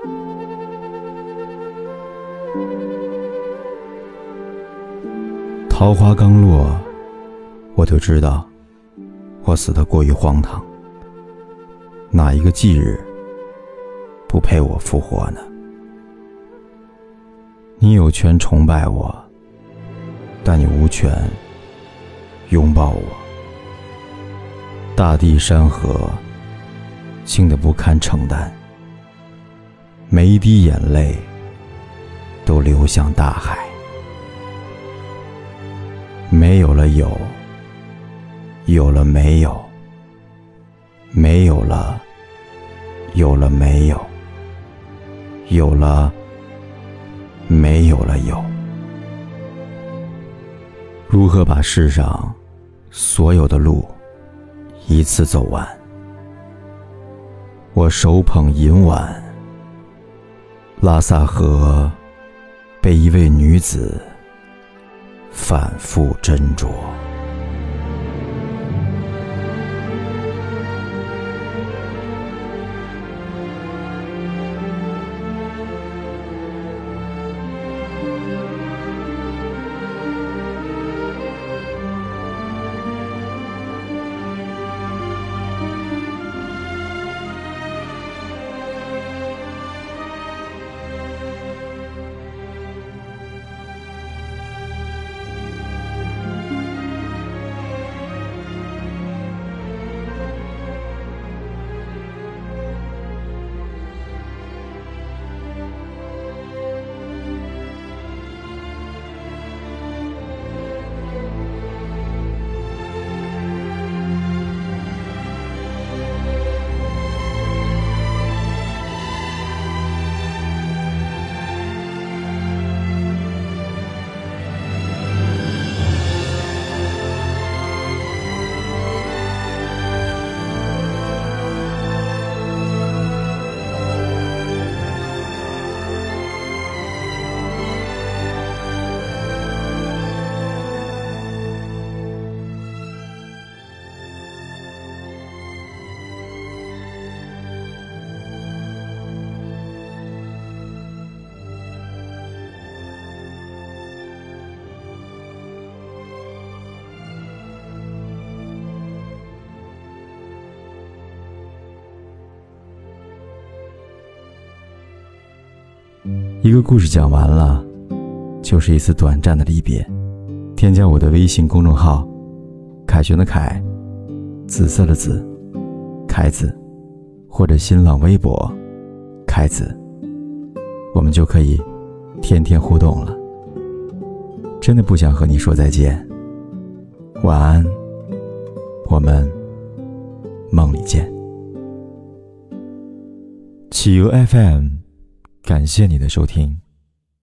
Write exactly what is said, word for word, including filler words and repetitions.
桃花刚落，我就知道我死得过于荒唐。哪一个忌日不配我复活呢？你有权崇拜我，但你无权拥抱我。大地山河轻得不堪承担，每一滴眼泪都流向大海。没有了有，有了没有，没有了有了没有，有了没有了有。如何把世上所有的路一次走完？我手捧银碗，拉萨河被一位女子反复斟酌。一个故事讲完了，就是一次短暂的离别。添加我的微信公众号凯旋的凯，紫色的紫，凯子，或者新浪微博凯子，我们就可以天天互动了。真的不想和你说再见，晚安，我们梦里见。企鹅 F M， 感谢你的收听。